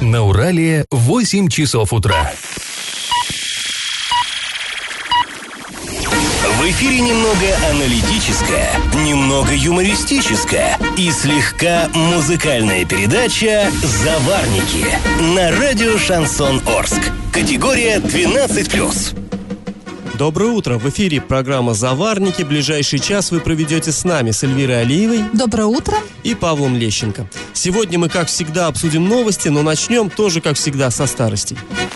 На Урале 8 часов утра. В эфире немного аналитическая, немного юмористическая и слегка музыкальная передача «Заварники» на радио «Шансон Орск». Категория 12+. Доброе утро. В эфире программа «Заварники». Ближайший час вы проведете с нами, с Эльвирой Алиевой. Доброе утро. И Павлом Лещенко. Сегодня мы, как всегда, обсудим новости, но начнем тоже, как всегда, со старостей.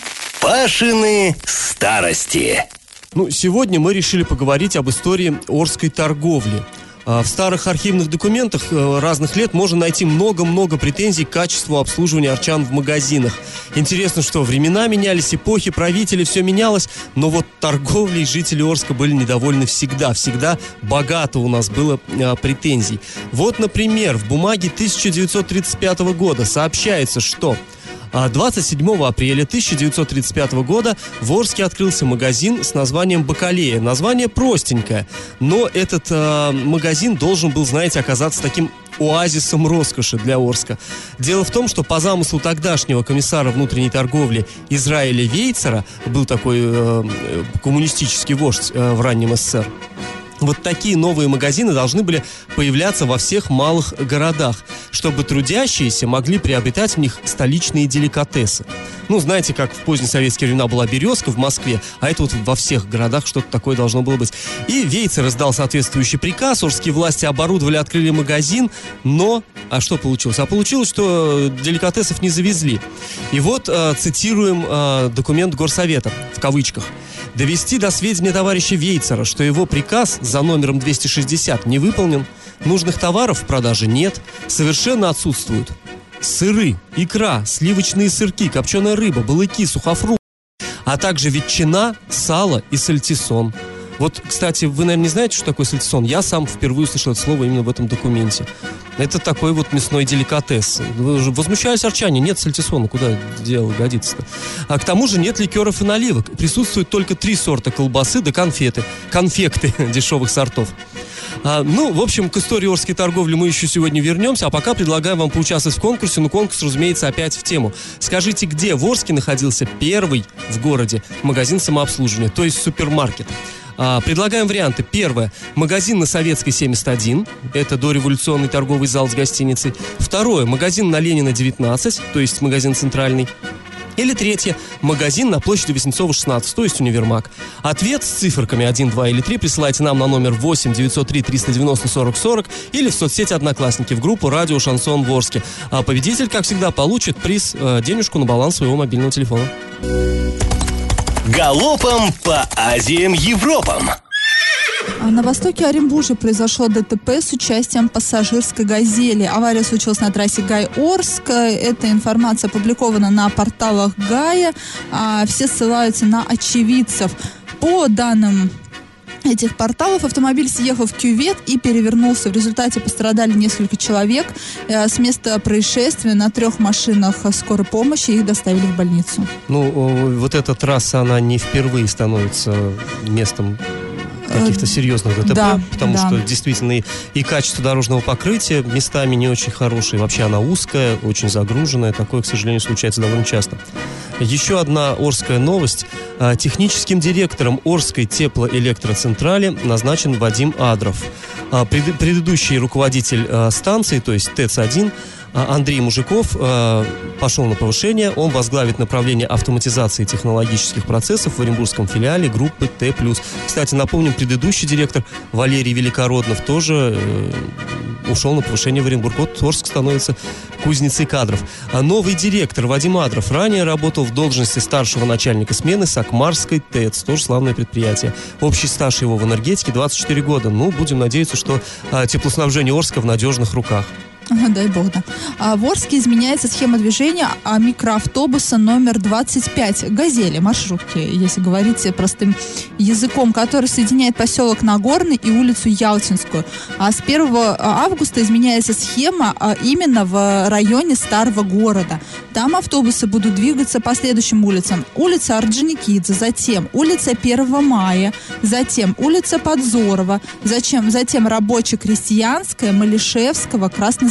Пашины старости. Сегодня мы решили поговорить об истории Орской торговли. В старых архивных документах разных лет можно найти много-много претензий к качеству обслуживания арчан в магазинах. Интересно, что времена менялись, эпохи, правители, все менялось, но вот торговлей жители Орска были недовольны всегда. Всегда богато у нас было претензий. Вот, например, в бумаге 1935 года сообщается, что 27 апреля 1935 года в Орске открылся магазин с названием «Бакалея». Название простенькое, но этот магазин должен был, знаете, оказаться таким оазисом роскоши для Орска. Дело в том, что по замыслу тогдашнего комиссара внутренней торговли Израиля Вейцера, был такой коммунистический вождь в раннем СССР, вот такие новые магазины должны были появляться во всех малых городах, чтобы трудящиеся могли приобретать в них столичные деликатесы. Знаете, как в позднесоветские времена была «Березка» в Москве, а это вот во всех городах что-то такое должно было быть. И Вейцер издал соответствующий приказ, орские власти оборудовали, открыли магазин, но... А что получилось? А получилось, что деликатесов не завезли. И вот цитируем документ Горсовета, в кавычках. «Довести до сведения товарища Вейцера, что его приказ за номером 260 не выполнен, нужных товаров в продаже нет, совершенно отсутствуют сыры, икра, сливочные сырки, копченая рыба, балыки, сухофрукты, а также ветчина, сало и сальтисон». Вот, кстати, вы, наверное, не знаете, что такое сальтисон? Я сам впервые услышал это слово именно в этом документе. Это такой вот мясной деликатес. Возмущались арчане, нет сальтисона, куда дело годится-то? А к тому же нет ликеров и наливок. Присутствует только 3 сорта колбасы да конфекты дешевых сортов. В общем, к истории Орской торговли мы еще сегодня вернемся, а пока предлагаем вам поучаствовать в конкурсе. Конкурс, разумеется, опять в тему. Скажите, где в Орске находился первый в городе магазин самообслуживания, то есть супермаркет? Предлагаем варианты. Первое. Магазин на Советской 71. Это дореволюционный торговый зал с гостиницей. Второе. Магазин на Ленина 19. То есть магазин центральный. Или третье. Магазин на площади Вознецова 16. То есть универмаг. Ответ с циферками 1, 2 или 3 присылайте нам на номер 8 903 390 40 40 или в соцсети «Одноклассники» в группу «Радио Шансон в Орске». А победитель, как всегда, получит приз, денежку на баланс своего мобильного телефона. Галопом по Азиям Европам. На востоке Оренбуржья произошло ДТП с участием пассажирской «Газели». Авария случилась на трассе Гай-Орск. Эта информация опубликована на порталах ГАИ. Все ссылаются на очевидцев. По данным этих порталов, автомобиль съехал в кювет и перевернулся. В результате пострадали несколько человек. С места происшествия на 3 машинах скорой помощи их доставили в больницу. Вот эта трасса, она не впервые становится местом каких-то серьезных ДТП, потому что действительно и качество дорожного покрытия местами не очень хорошее. Вообще она узкая, очень загруженная. Такое, к сожалению, случается довольно часто. Еще одна орская новость. Техническим директором Орской теплоэлектроцентрали назначен Вадим Адров. Предыдущий руководитель станции, то есть ТЭЦ-1, Андрей Мужиков, пошел на повышение. Он возглавит направление автоматизации технологических процессов в оренбургском филиале группы Т+. Кстати, напомним, предыдущий директор Валерий Великороднов тоже ушел на повышение в Оренбург. Вот Орск становится кузницей кадров. А новый директор Вадим Адров ранее работал в должности старшего начальника смены Сакмарской ТЭЦ, тоже славное предприятие. Общий стаж его в энергетике 24 года. Будем надеяться, что теплоснабжение Орска в надежных руках. Дай бог, да. В Орске изменяется схема движения микроавтобуса номер 25 «Газели», маршрутки, если говорить простым языком, который соединяет поселок Нагорный и улицу Ялтинскую. А с 1 августа изменяется схема именно в районе Старого города. Там автобусы будут двигаться по следующим улицам. Улица Орджоникидзе, затем улица 1 мая, затем улица Подзорова, затем Рабоче-Крестьянская, Малишевского, Краснозаводская.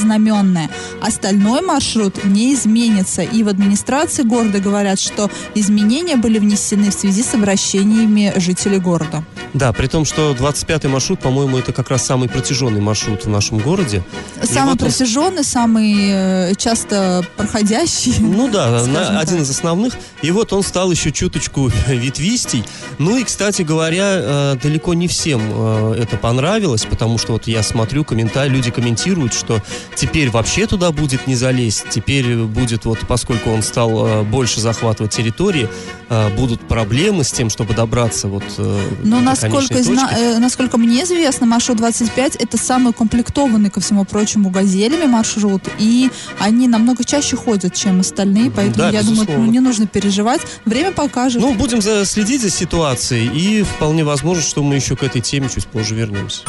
Краснознаменное. Остальной маршрут не изменится. И в администрации города говорят, что изменения были внесены в связи с обращениями жителей города. Да, при том, что 25-й маршрут, по-моему, это как раз самый протяженный маршрут в нашем городе. Самый протяженный, самый часто проходящий. Ну да, один из основных. И вот он стал еще чуточку ветвистей. Ну и, кстати говоря, далеко не всем это понравилось, потому что вот я смотрю комментарии, люди комментируют, что теперь вообще туда будет не залезть, теперь будет, вот поскольку он стал больше захватывать территории, будут проблемы с тем, чтобы добраться вот до конечной точки. Насколько мне известно, маршрут 25 это самый укомплектованный, ко всему прочему, газелями маршрут, и они намного чаще ходят, чем остальные, поэтому я думаю, не нужно переживать, время покажет. Ну, будем следить за ситуацией, и вполне возможно, что мы еще к этой теме чуть позже вернемся.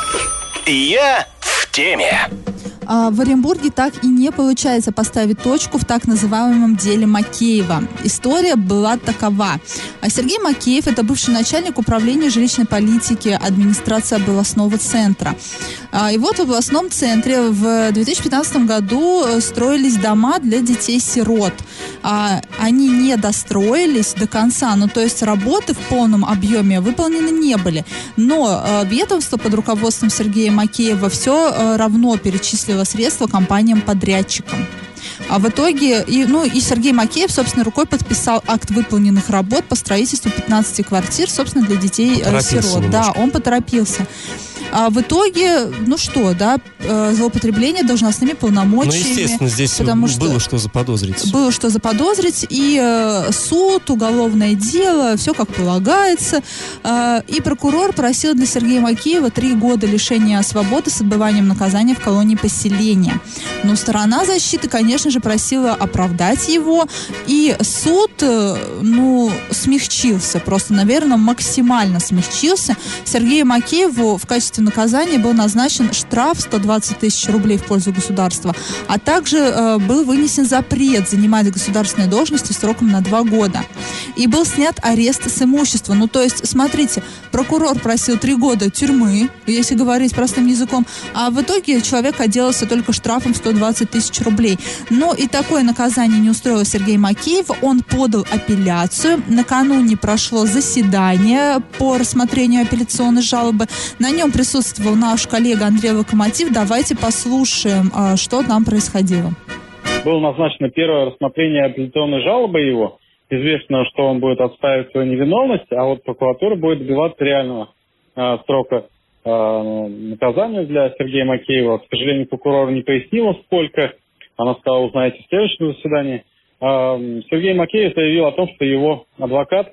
Я в теме. В Оренбурге так и не получается поставить точку в так называемом деле Макеева. История была такова. Сергей Макеев – это бывший начальник управления жилищной политики администрации областного центра. И вот в областном центре в 2015 году строились дома для детей-сирот. Они не достроились до конца, то есть работы в полном объеме выполнены не были. Но ведомство под руководством Сергея Макеева все равно перечислило средства компаниям-подрядчикам. А в итоге, и Сергей Макеев, собственно, рукой подписал акт выполненных работ по строительству 15 квартир, собственно, для детей-сирот. Да, он поторопился. А в итоге, злоупотребление должностными полномочиями. Естественно, здесь было что заподозрить. Было что заподозрить, и суд, уголовное дело, все как полагается. И прокурор просил для Сергея Макеева 3 года лишения свободы с отбыванием наказания в колонии поселения. Но сторона защиты, конечно же, просила оправдать его, и суд, смягчился, просто, наверное, максимально смягчился. Сергею Макееву в качестве наказания был назначен штраф 120 тысяч рублей в пользу государства, а также был вынесен запрет занимать государственные должности сроком на 2 года. И был снят арест с имущества. То есть, смотрите, прокурор просил 3 года тюрьмы, если говорить простым языком, а в итоге человек отделался только штрафом 120 тысяч рублей. Но и такое наказание не устроило Сергея Макеева. Он подал апелляцию. Накануне прошло заседание по рассмотрению апелляционной жалобы. На нем присутствовал наш коллега Андрей Локомотив. Давайте послушаем, что там происходило. Было назначено первое рассмотрение апелляционной жалобы его. Известно, что он будет отстаивать свою невиновность, а вот прокуратура будет добиваться реального срока наказания для Сергея Макеева. К сожалению, прокурор не пояснила, сколько. Она сказала, узнаете в следующем заседании. Сергей Макеев заявил о том, что его адвокат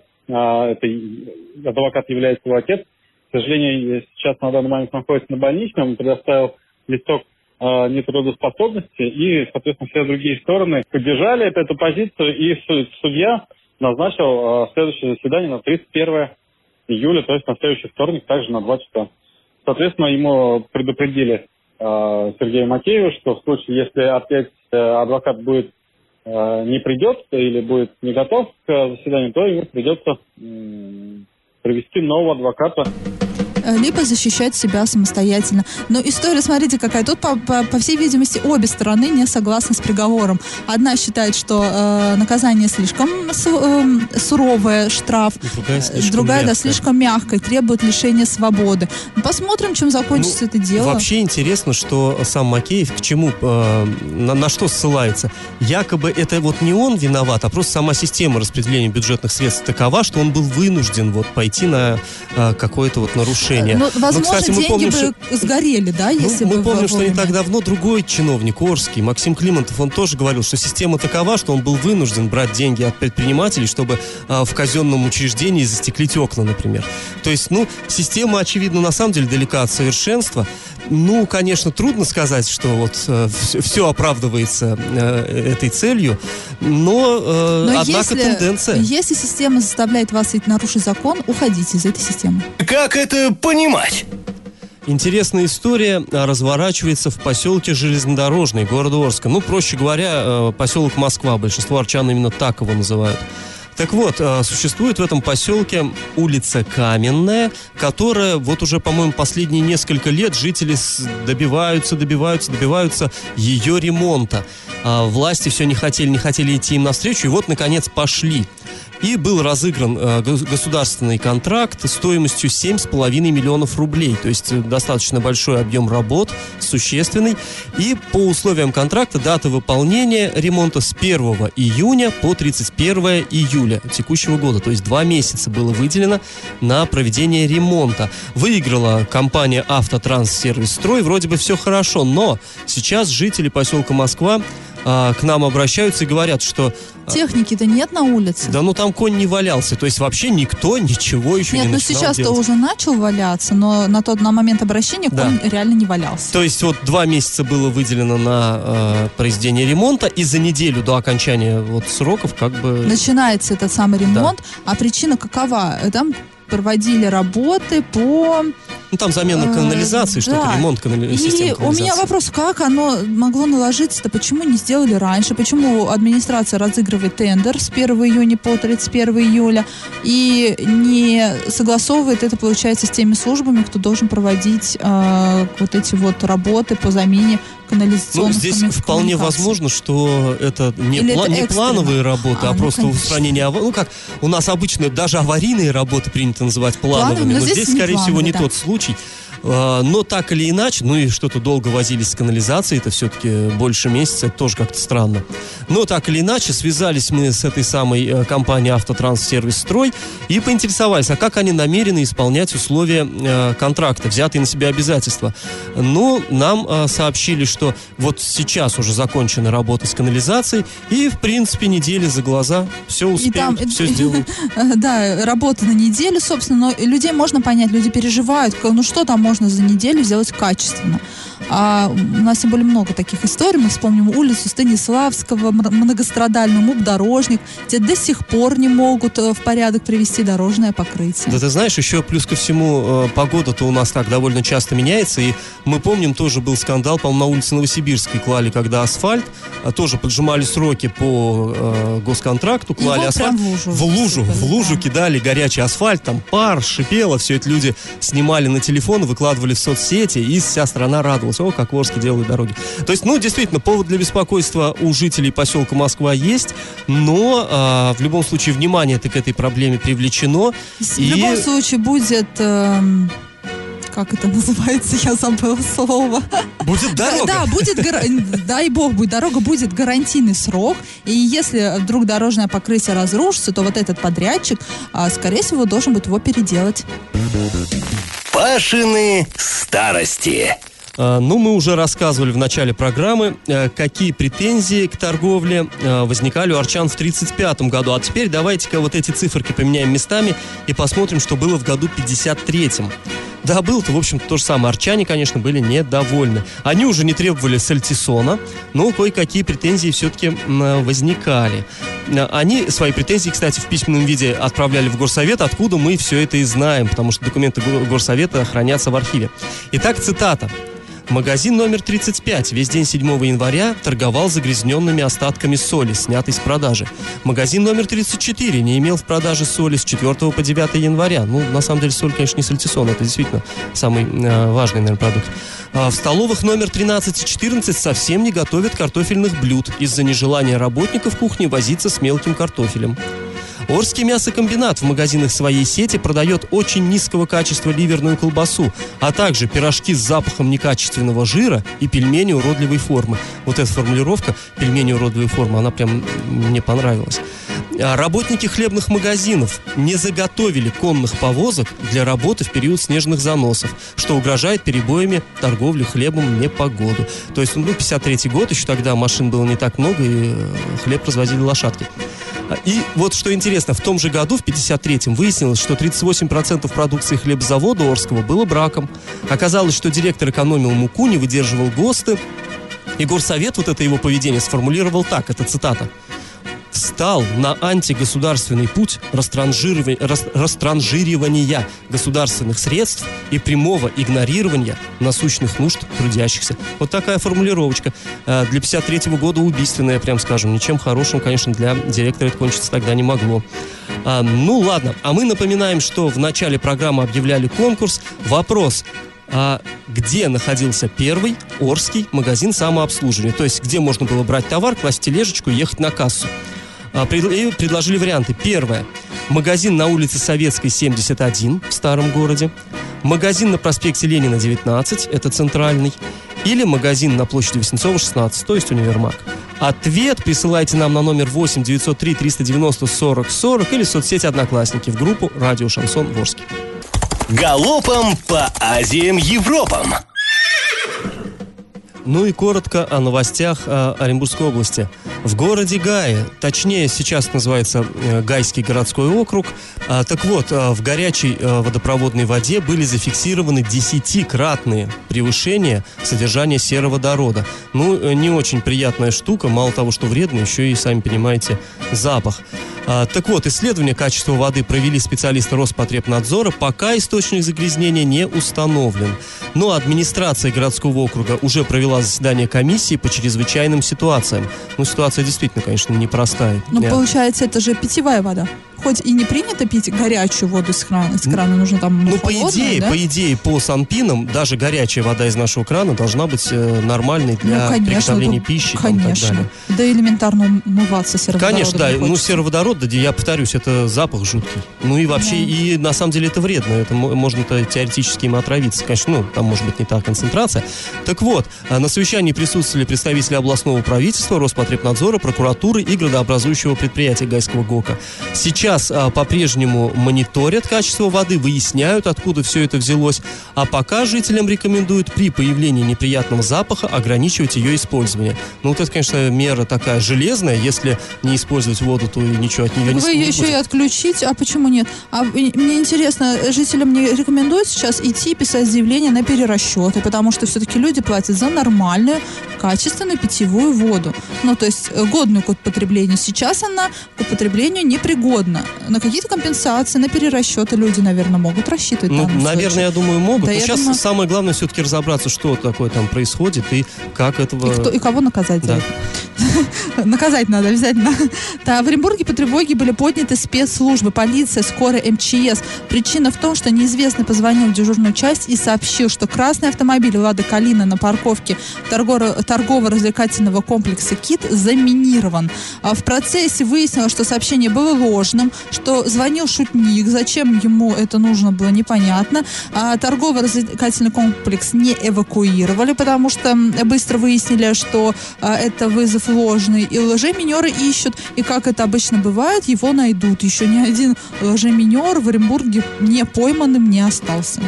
является его отец, к сожалению, сейчас на данный момент находится на больничном, предоставил листок нетрудоспособности, и, соответственно, все другие стороны поддержали эту позицию, и судья назначил следующее заседание на 31 июля, то есть на следующий вторник, также на 2 часа. Соответственно, ему предупредили Сергею Макееву, что в случае, если опять адвокат не придет или будет не готов к заседанию, то ему придется привести нового адвоката. Либо защищать себя самостоятельно. Но история, смотрите, какая. Тут, по всей видимости, обе стороны не согласны с приговором. Одна считает, что наказание слишком суровое, штраф. Другая слишком мягкое, требует лишения свободы. Посмотрим, чем закончится это дело. Вообще интересно, что сам Макеев к чему, на что ссылается. Якобы это вот не он виноват, а просто сама система распределения бюджетных средств такова, что он был вынужден пойти на какое-то нарушение. Возможно, кстати, деньги бы сгорели, да, если бы... Мы помним, что не так давно другой чиновник, Орский, Максим Климантов, он тоже говорил, что система такова, что он был вынужден брать деньги от предпринимателей, чтобы в казенном учреждении застеклить окна, например. То есть, система, очевидно, на самом деле далека от совершенства. Конечно, трудно сказать, что все оправдывается этой целью, но однако тенденция. Если система заставляет вас нарушить закон, уходите из этой системы. Как это понимать? Интересная история разворачивается в поселке Железнодорожный города Орска. Проще говоря, поселок Москва. Большинство арчан именно так его называют. Так вот, существует в этом поселке улица Каменная, которая вот уже, по-моему, последние несколько лет жители добиваются ее ремонта. Власти все не хотели идти им навстречу, и вот, наконец, пошли. И был разыгран государственный контракт стоимостью 7,5 миллионов рублей. То есть достаточно большой объем работ, существенный. И по условиям контракта дата выполнения ремонта с 1 июня по 31 июля текущего года. То есть 2 месяца было выделено на проведение ремонта. Выиграла компания «Автотранссервис-Строй». Вроде бы все хорошо, но сейчас жители поселка Москва к нам обращаются и говорят, что... Техники-то нет на улице. Да, там конь не валялся. То есть вообще никто ничего еще не начинал делать. Нет, сейчас-то уже начал валяться, но на момент обращения конь реально не валялся. То есть вот 2 месяца было выделено на произведение ремонта, и за неделю до окончания сроков начинается этот самый ремонт. А причина какова? Там проводили работы по... там замена канализации, что-то, ремонт системы канализации. И у меня вопрос, как оно могло наложиться-то? Почему не сделали раньше? Почему администрация разыгрывает тендер с 1 июня по 31 июля и не согласовывает это, получается, с теми службами, кто должен проводить эти работы по замене канализационных здесь вполне возможно, что это не плановые работы, а просто устранение... у нас обычно даже аварийные работы принято называть плановыми, но здесь, скорее всего, не тот случай. Но так или иначе, и что-то долго возились с канализацией, это все-таки больше месяца, это тоже как-то странно. Но так или иначе, связались мы с этой самой компанией «Автотранссервис-Строй» и поинтересовались, как они намерены исполнять условия контракта, взятые на себя обязательства. Нам сообщили, что вот сейчас уже закончена работа с канализацией, и, в принципе, недели за глаза все успеют, все сделают. Да, работа на неделю, собственно, но людей можно понять, люди переживают, что там можно за неделю сделать качественно. У нас тем более много таких историй. Мы вспомним улицу Станиславского, многострадальный муп-дорожник, где до сих пор не могут в порядок привести дорожное покрытие. Да ты знаешь, еще плюс ко всему погода-то у нас так довольно часто меняется, и мы помним, тоже был скандал, по-моему, на улице Новосибирской клали, когда асфальт, тоже поджимали сроки по госконтракту, клали асфальт, в лужу кидали горячий асфальт, там пар, шипело, все это люди снимали на телефон, выкладывали в соцсети, и вся страна радовалась. Как в Орске делают дороги. То есть, действительно, повод для беспокойства у жителей поселка Москва есть, но в любом случае внимание-то к этой проблеме привлечено. В любом случае будет... как это называется, я забыла слово. Будет дорога. Да, дай бог, будет дорога, будет гарантийный срок. И если вдруг дорожное покрытие разрушится, то вот этот подрядчик, скорее всего, должен будет его переделать. Пашины старости. Мы уже рассказывали в начале программы, какие претензии к торговле возникали у арчан в 1935 году. А теперь давайте-ка вот эти циферки поменяем местами и посмотрим, что было в году 1953. Да, было-то, в общем-то, то же самое. Арчане, конечно, были недовольны. Они уже не требовали сальтисона, но кое-какие претензии все-таки возникали. Они свои претензии, кстати, в письменном виде отправляли в Горсовет, откуда мы все это и знаем, потому что документы Горсовета хранятся в архиве. Итак, цитата. Магазин номер 35 весь день 7 января торговал загрязненными остатками соли, снятой с продажи. Магазин номер 34 не имел в продаже соли с 4 по 9 января. На самом деле соль, конечно, не сальтисон, это действительно самый важный, наверное, продукт. В столовых номер 13 и 14 совсем не готовят картофельных блюд из-за нежелания работников кухни возиться с мелким картофелем. Орский мясокомбинат в магазинах своей сети продает очень низкого качества ливерную колбасу, а также пирожки с запахом некачественного жира и пельмени уродливой формы. Вот эта формулировка «пельмени уродливой формы», она прям мне понравилась. Работники хлебных магазинов не заготовили конных повозок для работы в период снежных заносов, что угрожает перебоями торговли хлебом в непогоду. То есть, 53-й год, еще тогда машин было не так много, и хлеб развозили лошадки. И вот что интересно, в том же году, в 53-м, выяснилось, что 38% продукции хлебзавода Орского было браком. Оказалось, что директор экономил муку, не выдерживал ГОСТы. И Горсовет вот это его поведение сформулировал так, это цитата. В встал на антигосударственный путь растранжиривания государственных средств и прямого игнорирования насущных нужд трудящихся. Вот такая формулировочка. Для 53-го года убийственная, прям скажем. Ничем хорошим, конечно, для директора это кончиться тогда не могло. Ну ладно, а мы напоминаем, что в начале программы объявляли конкурс. Вопрос: где находился первый Орский магазин самообслуживания? То есть, где можно было брать товар, класть тележечку и ехать на кассу. И предложили варианты. Первое. Магазин на улице Советской, 71 в Старом городе. Магазин на проспекте Ленина, 19, это центральный. Или магазин на площади Васнецова, 16, то есть универмаг. Ответ присылайте нам на номер 8 903 390 40 40 или в соцсети «Одноклассники» в группу «Радио Шансон Орск». Галопом по Азиям Европам. Ну и коротко о новостях Оренбургской области. В городе Гае, точнее сейчас называется Гайский городской округ, так вот, в горячей водопроводной воде были зафиксированы 10-кратные превышения содержания сероводорода. Ну, не очень приятная штука, мало того, что вредно, еще и, сами понимаете, запах. Так вот, исследование качества воды провели специалисты Роспотребнадзора, пока источник загрязнения не установлен. Но администрация городского округа уже провела заседание комиссии по чрезвычайным ситуациям. Ну, ситуация действительно, конечно, непростая. Ну, получается, это же питьевая вода. Хоть и не принято пить горячую воду из крана, нужно там холодную, да? по идее, по санпинам, даже горячая вода из нашего крана должна быть нормальной для приготовления пищи. Конечно. Там, так далее. Да элементарно умываться сероводородом. Конечно, да. Ну, сероводород, да, я повторюсь, это запах жуткий. Ну и вообще, и на самом деле это вредно. Это можно-то теоретически им отравиться. Конечно, ну, там может быть не та концентрация. Так вот, на совещании присутствовали представители областного правительства, Роспотребнадзора, прокуратуры и градообразующего предприятия Гайского ГОКа. Сейчас по-прежнему мониторят качество воды, выясняют, откуда все это взялось, а пока жителям рекомендуют при появлении неприятного запаха ограничивать ее использование. Ну, вот это, конечно, мера такая железная, если не использовать воду, то и ничего от нее не будет. Вы ее еще и отключить, а почему нет? Мне интересно, жителям не рекомендуют сейчас идти писать заявление на перерасчеты, потому что все-таки люди платят за нормальную, качественную питьевую воду. Ну, то есть годную к употреблению. Сейчас она к употреблению непригодна. На какие-то компенсации, на перерасчеты люди, наверное, могут рассчитывать. Ну, наверное, я думаю, могут. Да, но сейчас самое главное все-таки разобраться, что такое там происходит и как этого... И кого наказать за это. Наказать надо обязательно. Да, в Оренбурге по тревоге были подняты спецслужбы, полиция, скорая, МЧС. Причина в том, что неизвестный позвонил в дежурную часть и сообщил, что красный автомобиль «Лада Калина» на парковке торгово-развлекательного комплекса «Кит» заминирован. В процессе выяснилось, что сообщение было ложным, что звонил шутник, зачем ему это нужно было, непонятно. Торгово-развлекательный комплекс не эвакуировали, потому что быстро выяснили, что это вызов ложный. И лжеминеры ищут, и как это обычно бывает, его найдут. Еще ни один лжеминер в Оренбурге не пойманным не остался.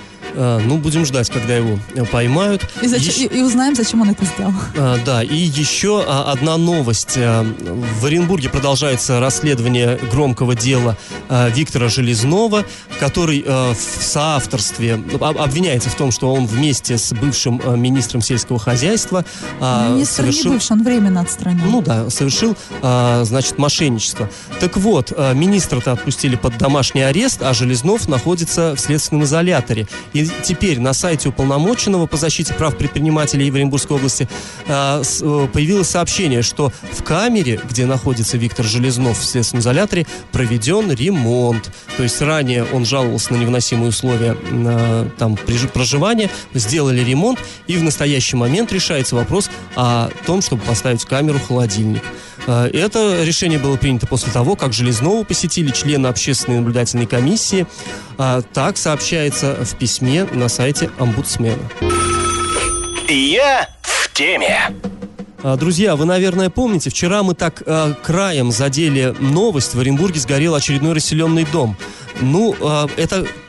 Ну, будем ждать, когда его поймают. И узнаем, зачем он это сделал. Да, и еще одна новость. В Оренбурге продолжается расследование громкого дела Виктора Железнова, который в соавторстве обвиняется в том, что он вместе с бывшим министром сельского хозяйства Министр не бывший, он временно отстранен. Ну да, совершил, значит, мошенничество. Так вот, министра-то отпустили под домашний арест, а Железнов находится в следственном изоляторе. И теперь на сайте уполномоченного по защите прав предпринимателей в Оренбургской области появилось сообщение, что в камере, где находится Виктор Железнов в следственном изоляторе, проведен ремонт. То есть ранее он жаловался на невыносимые условия там проживания, сделали ремонт, и в настоящий момент решается вопрос о том, чтобы поставить в камеру холодильник. Это решение было принято после того, как Железнову посетили члены общественной наблюдательной комиссии. Так сообщается в письме на сайте омбудсмена. Я в теме. Друзья, вы, наверное, помните, вчера мы так краем задели новость: в Оренбурге сгорел очередной расселенный дом. Ну, это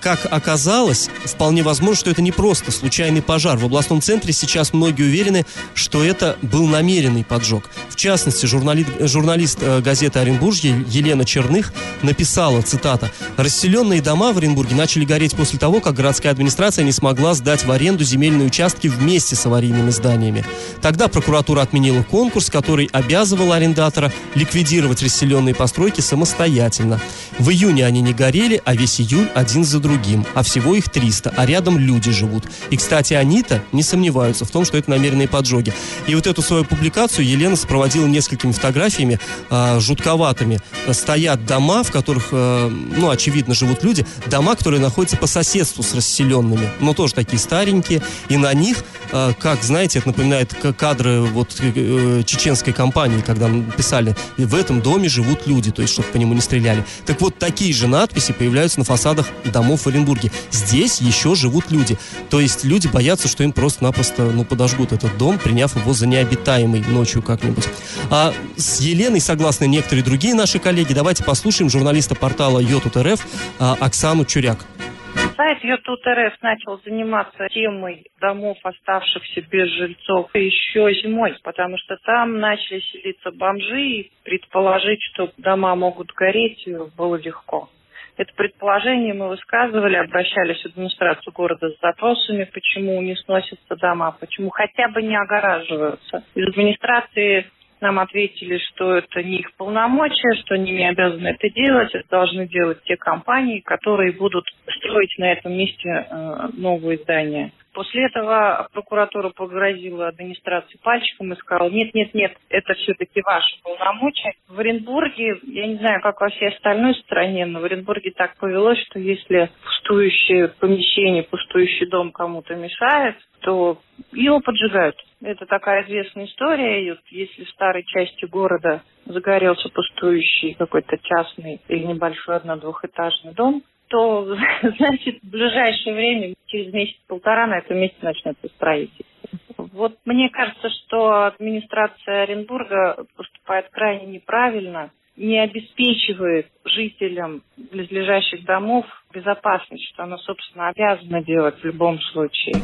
как оказалось, вполне возможно, что это не просто случайный пожар. В областном центре сейчас многие уверены, что это был намеренный поджог. В частности, журналист газеты «Оренбуржье» Елена Черных написала, цитата: «Расселенные дома в Оренбурге начали гореть после того, как городская администрация не смогла сдать в аренду земельные участки вместе с аварийными зданиями. Тогда прокуратура отменила конкурс, который обязывал арендатора ликвидировать расселенные постройки самостоятельно. В июне они не горели, а весь июль один за другим. А всего их 300, а рядом люди живут. И, кстати, они-то не сомневаются в том, что это намеренные поджоги». И вот эту свою публикацию Елена сопроводила несколькими фотографиями жутковатыми. Стоят дома, в которых, очевидно, живут люди. Дома, которые находятся по соседству с расселенными. Но тоже такие старенькие. И на них, как, знаете, это напоминает кадры чеченской кампании, когда писали: в этом доме живут люди, то есть чтобы по нему не стреляли. Так вот, такие же надписи появляются на фасадах домов в Оренбурге. Здесь еще живут люди. То есть люди боятся, что им просто-напросто подожгут этот дом, приняв его за необитаемый ночью как-нибудь. А с Еленой согласны некоторые другие наши коллеги. Давайте послушаем журналиста портала Йотут.РФ Оксану Чуряк. Сайт Йотут.РФ начал заниматься темой домов, оставшихся без жильцов, еще зимой, потому что там начали селиться бомжи, и предположить, что дома могут гореть, было легко. Это предположение мы высказывали, обращались в администрацию города с запросами, почему не сносятся дома, почему хотя бы не огораживаются. Из администрации нам ответили, что это не их полномочия, что они не обязаны это делать, это должны делать те компании, которые будут строить на этом месте новые здания. После этого прокуратура погрозила администрации пальчиком и сказала: нет, это все-таки ваши полномочия. В Оренбурге, я не знаю, как во всей остальной стране, но в Оренбурге так повелось, что если пустующее помещение, пустующий дом кому-то мешает, то его поджигают. Это такая известная история. И вот если в старой части города загорелся пустующий какой-то частный или небольшой одно-двухэтажный дом, то, значит, в ближайшее время, через месяц-полтора, на этом месте начнется строительство. Вот мне кажется, что администрация Оренбурга поступает крайне неправильно, не обеспечивает жителям близлежащих домов безопасность, что она, собственно, обязана делать в любом случае.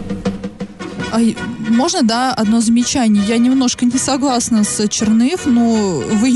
Можно, одно замечание? Я немножко не согласна с Черных, но в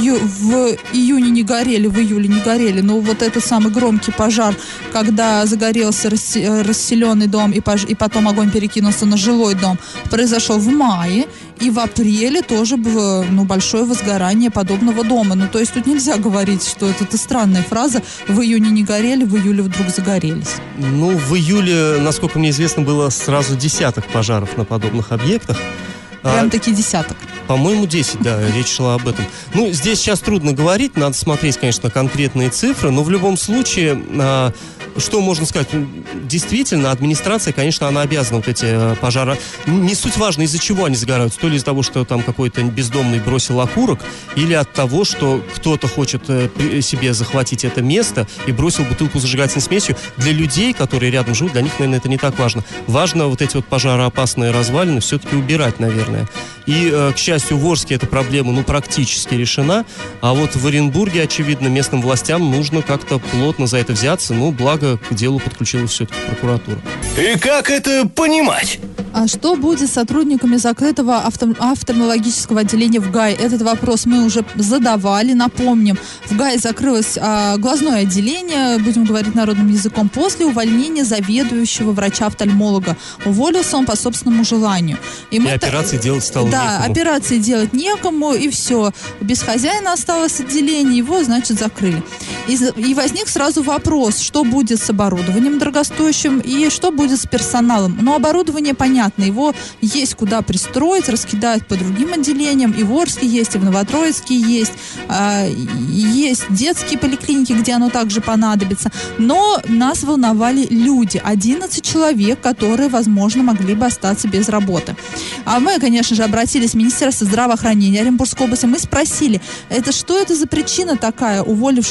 июне не горели, в июле не горели, но вот этот самый громкий пожар, когда загорелся расселенный дом и потом огонь перекинулся на жилой дом, произошел в мае, и в апреле тоже было большое возгорание подобного дома. То есть тут нельзя говорить, что это странная фраза: в июне не горели, в июле вдруг загорелись. В июле, насколько мне известно, было сразу десяток пожаров на подобных объектах. Прям-таки десяток. По-моему, 10, речь шла об этом. Здесь сейчас трудно говорить, надо смотреть, конечно, конкретные цифры, но в любом случае, что можно сказать? Действительно, администрация, конечно, она обязана вот эти пожары. Не суть важно, из-за чего они загораются. То ли из-за того, что там какой-то бездомный бросил окурок, или от того, что кто-то хочет себе захватить это место и бросил бутылку с зажигательной смесью. Для людей, которые рядом живут, для них, наверное, это не так важно. Важно вот эти пожароопасные развалины все-таки убирать, наверное. И, к счастью, в Орске эта проблема, практически решена. А вот в Оренбурге, очевидно, местным властям нужно как-то плотно за это взяться. Благо, к делу подключилась все-таки прокуратура. И как это понимать? А что будет с сотрудниками закрытого офтальмологического отделения в ГАИ? Этот вопрос мы уже задавали. Напомним, в ГАИ закрылось глазное отделение, будем говорить народным языком, после увольнения заведующего врача-офтальмолога. Уволился он по собственному желанию. И операции делать стало некому. Операции делать некому, и все. Без хозяина осталось отделение, его, значит, закрыли. И возник сразу вопрос, что будет с оборудованием дорогостоящим и что будет с персоналом. Оборудование, понятно, его есть куда пристроить, раскидать по другим отделениям. И в Орске есть, и в Новотроицке есть. Есть детские поликлиники, где оно также понадобится. Но нас волновали люди. 11 человек, которые, возможно, могли бы остаться без работы. А мы, конечно же, обратились в Министерство здравоохранения Оренбургской области. Мы спросили, что это за причина такая?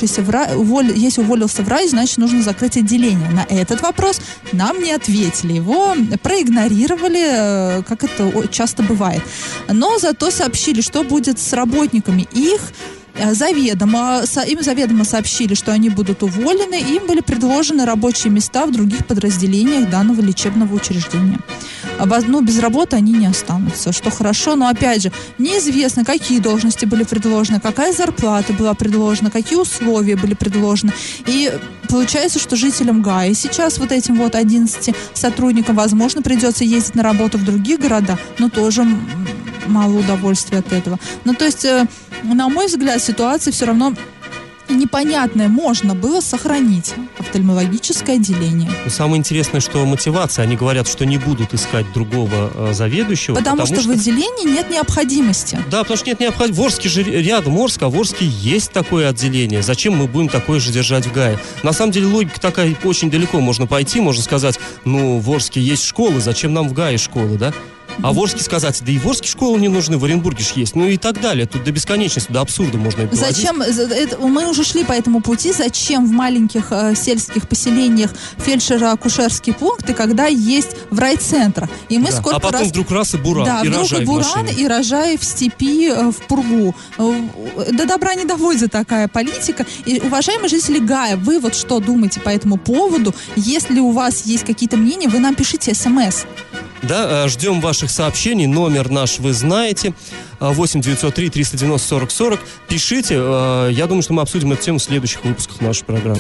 Если уволился врач, значит, нужно закрыть отделение. На этот вопрос нам не ответили. Его проигнорировали, как это часто бывает. Но зато сообщили, что будет с работниками их им заведомо сообщили, что они будут уволены, и им были предложены рабочие места в других подразделениях данного лечебного учреждения. Без работы они не останутся, что хорошо, но опять же, неизвестно, какие должности были предложены, какая зарплата была предложена, какие условия были предложены. И получается, что жителям Гая сейчас вот этим вот 11 сотрудникам, возможно, придется ездить на работу в другие города, но тоже мало удовольствия от этого. То есть, на мой взгляд, ситуация все равно непонятное. Можно было сохранить офтальмологическое отделение. Самое интересное, что мотивация. Они говорят, что не будут искать другого заведующего. Потому что в отделении нет необходимости. Да, потому что нет необходимости. В Орске же рядом Орск, а в Орске есть такое отделение. Зачем мы будем такое же держать в Гае? На самом деле логика такая, очень далеко можно пойти. Можно сказать, в Орске есть школы, зачем нам в Гае школы, да? А в Орске сказать, да и в Орске школы не нужны, в Оренбурге же есть. И так далее. Тут до бесконечности, до абсурда можно это доводить. Зачем? Мы уже шли по этому пути. Зачем в маленьких сельских поселениях фельдшеро-акушерские пункты, когда есть в райцентрах? И мы сколько потом раз... вдруг раз и буран, и рожай в машине. И рожай в степи, в пургу. До добра не доводит такая политика. И, уважаемые жители Гая, вы вот что думаете по этому поводу? Если у вас есть какие-то мнения, вы нам пишите смс. Да, ждем ваших сообщений. Номер наш вы знаете. 8-903-390-40-40. Пишите. Я думаю, что мы обсудим эту тему в следующих выпусках нашей программы.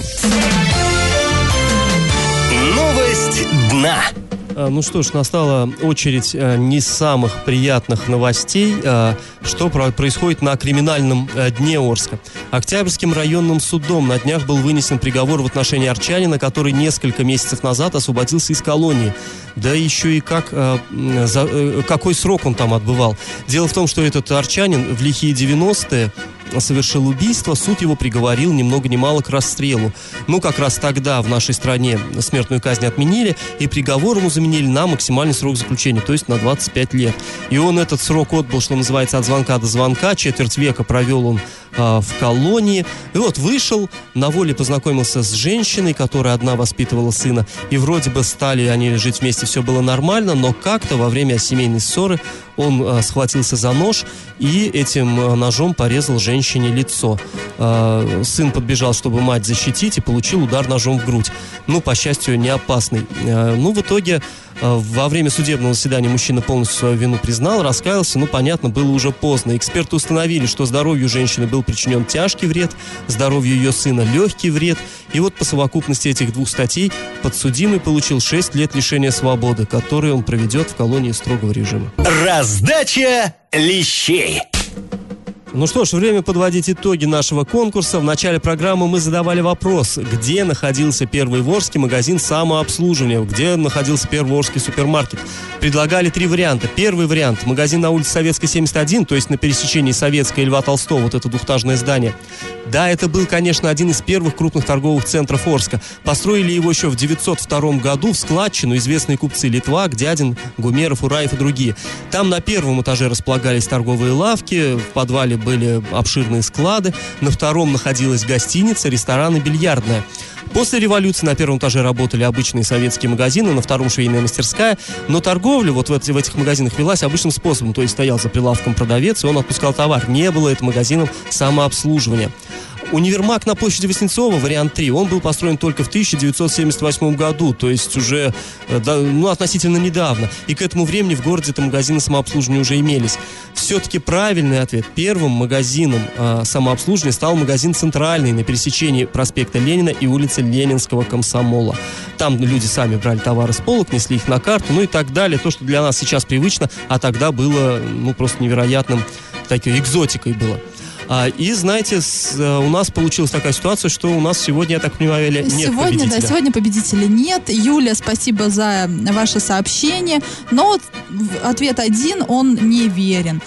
Новость дна. Что ж, настала очередь не самых приятных новостей, что происходит на криминальном дне Орска. Октябрьским районным судом на днях был вынесен приговор в отношении арчанина, который несколько месяцев назад освободился из колонии. Да еще и какой срок он там отбывал. Дело в том, что этот арчанин в лихие 90-е совершил убийство, суд его приговорил ни много ни мало к расстрелу. Как раз тогда в нашей стране смертную казнь отменили, и приговор ему заменили на максимальный срок заключения, то есть на 25 лет. И он этот срок отбыл, что называется, от звонка до звонка, четверть века провел он в колонии. И вышел, на воле познакомился с женщиной, которая одна воспитывала сына, и вроде бы стали они жить вместе, все было нормально, но как-то во время семейной ссоры он схватился за нож и этим ножом порезал женщине лицо. Сын подбежал, чтобы мать защитить, и получил удар ножом в грудь. По счастью, не опасный. В итоге во время судебного заседания мужчина полностью свою вину признал, раскаялся, понятно, было уже поздно. Эксперты установили, что здоровью женщины был причинен тяжкий вред, здоровью ее сына легкий вред. И по совокупности этих двух статей подсудимый получил 6 лет лишения свободы, которые он проведет в колонии строгого режима. Раздача лещей. Что ж, время подводить итоги нашего конкурса. В начале программы мы задавали вопрос, где находился первый в Орске магазин самообслуживания, где находился первый Орский супермаркет. Предлагали 3 варианта. Первый вариант – магазин на улице Советской, 71, то есть на пересечении Советской и Льва Толстого, вот это двухэтажное здание. Да, это был, конечно, один из первых крупных торговых центров Орска. Построили его еще в 902 году в складчину известные купцы Литвак, Дядин, Гумеров, Ураев и другие. Там на первом этаже располагались торговые лавки, в подвале были обширные склады, на втором находилась гостиница, ресторан и бильярдная. После революции на первом этаже работали обычные советские магазины, на втором швейная мастерская, но торговля в этих магазинах велась обычным способом, то есть стоял за прилавком продавец, и он отпускал товар. Не было это магазином самообслуживания. Универмаг на площади Васнецова, вариант 3, он был построен только в 1978 году, то есть уже относительно недавно. И к этому времени в городе магазины самообслуживания уже имелись. Все-таки правильный ответ. Первым магазином самообслуживания стал магазин «Центральный» на пересечении проспекта Ленина и улицы Ленинского комсомола. Там люди сами брали товары с полок, несли их на карту, и так далее. То, что для нас сейчас привычно, а тогда было просто невероятным, такой экзотикой было. И, знаете, у нас получилась такая ситуация, что у нас сегодня, я так понимаю, нет победителя. Да, сегодня победителя нет. Юля, спасибо за ваше сообщение. Но ответ один, он не верен.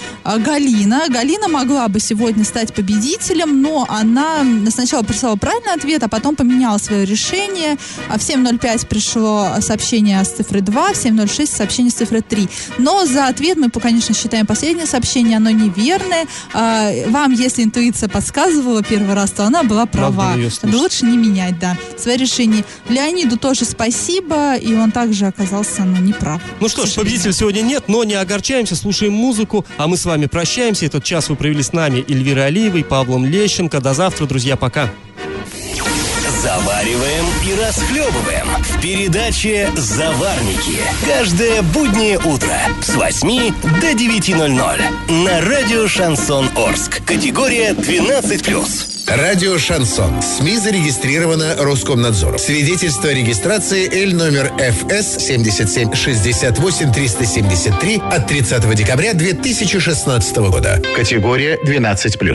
Галина могла бы сегодня стать победителем, но она сначала прислала правильный ответ, а потом поменяла свое решение. В 7:05 пришло сообщение с цифрой 2, в 7:06 сообщение с цифрой 3. Но за ответ мы, конечно, считаем последнее сообщение, оно неверное. Вам, если если интуиция подсказывала первый раз, то она была права. Надо ее слушать. Лучше не менять, да, свои решения. Леониду тоже спасибо, и он также оказался, неправ. Ну что ж, победителя сегодня нет, но не огорчаемся, слушаем музыку, а мы с вами прощаемся. Этот час вы провели с нами Эльвирой Алиевой, Павлом Лещенко. До завтра, друзья, пока. Завариваем и расхлебываем в передаче «Заварники». Каждое буднее утро с 8 до 9:00 на радио «Шансон Орск». Категория 12+. Радио «Шансон». СМИ зарегистрировано Роскомнадзором. Свидетельство о регистрации Л номер ФС 7768373 от 30 декабря 2016 года. Категория 12+.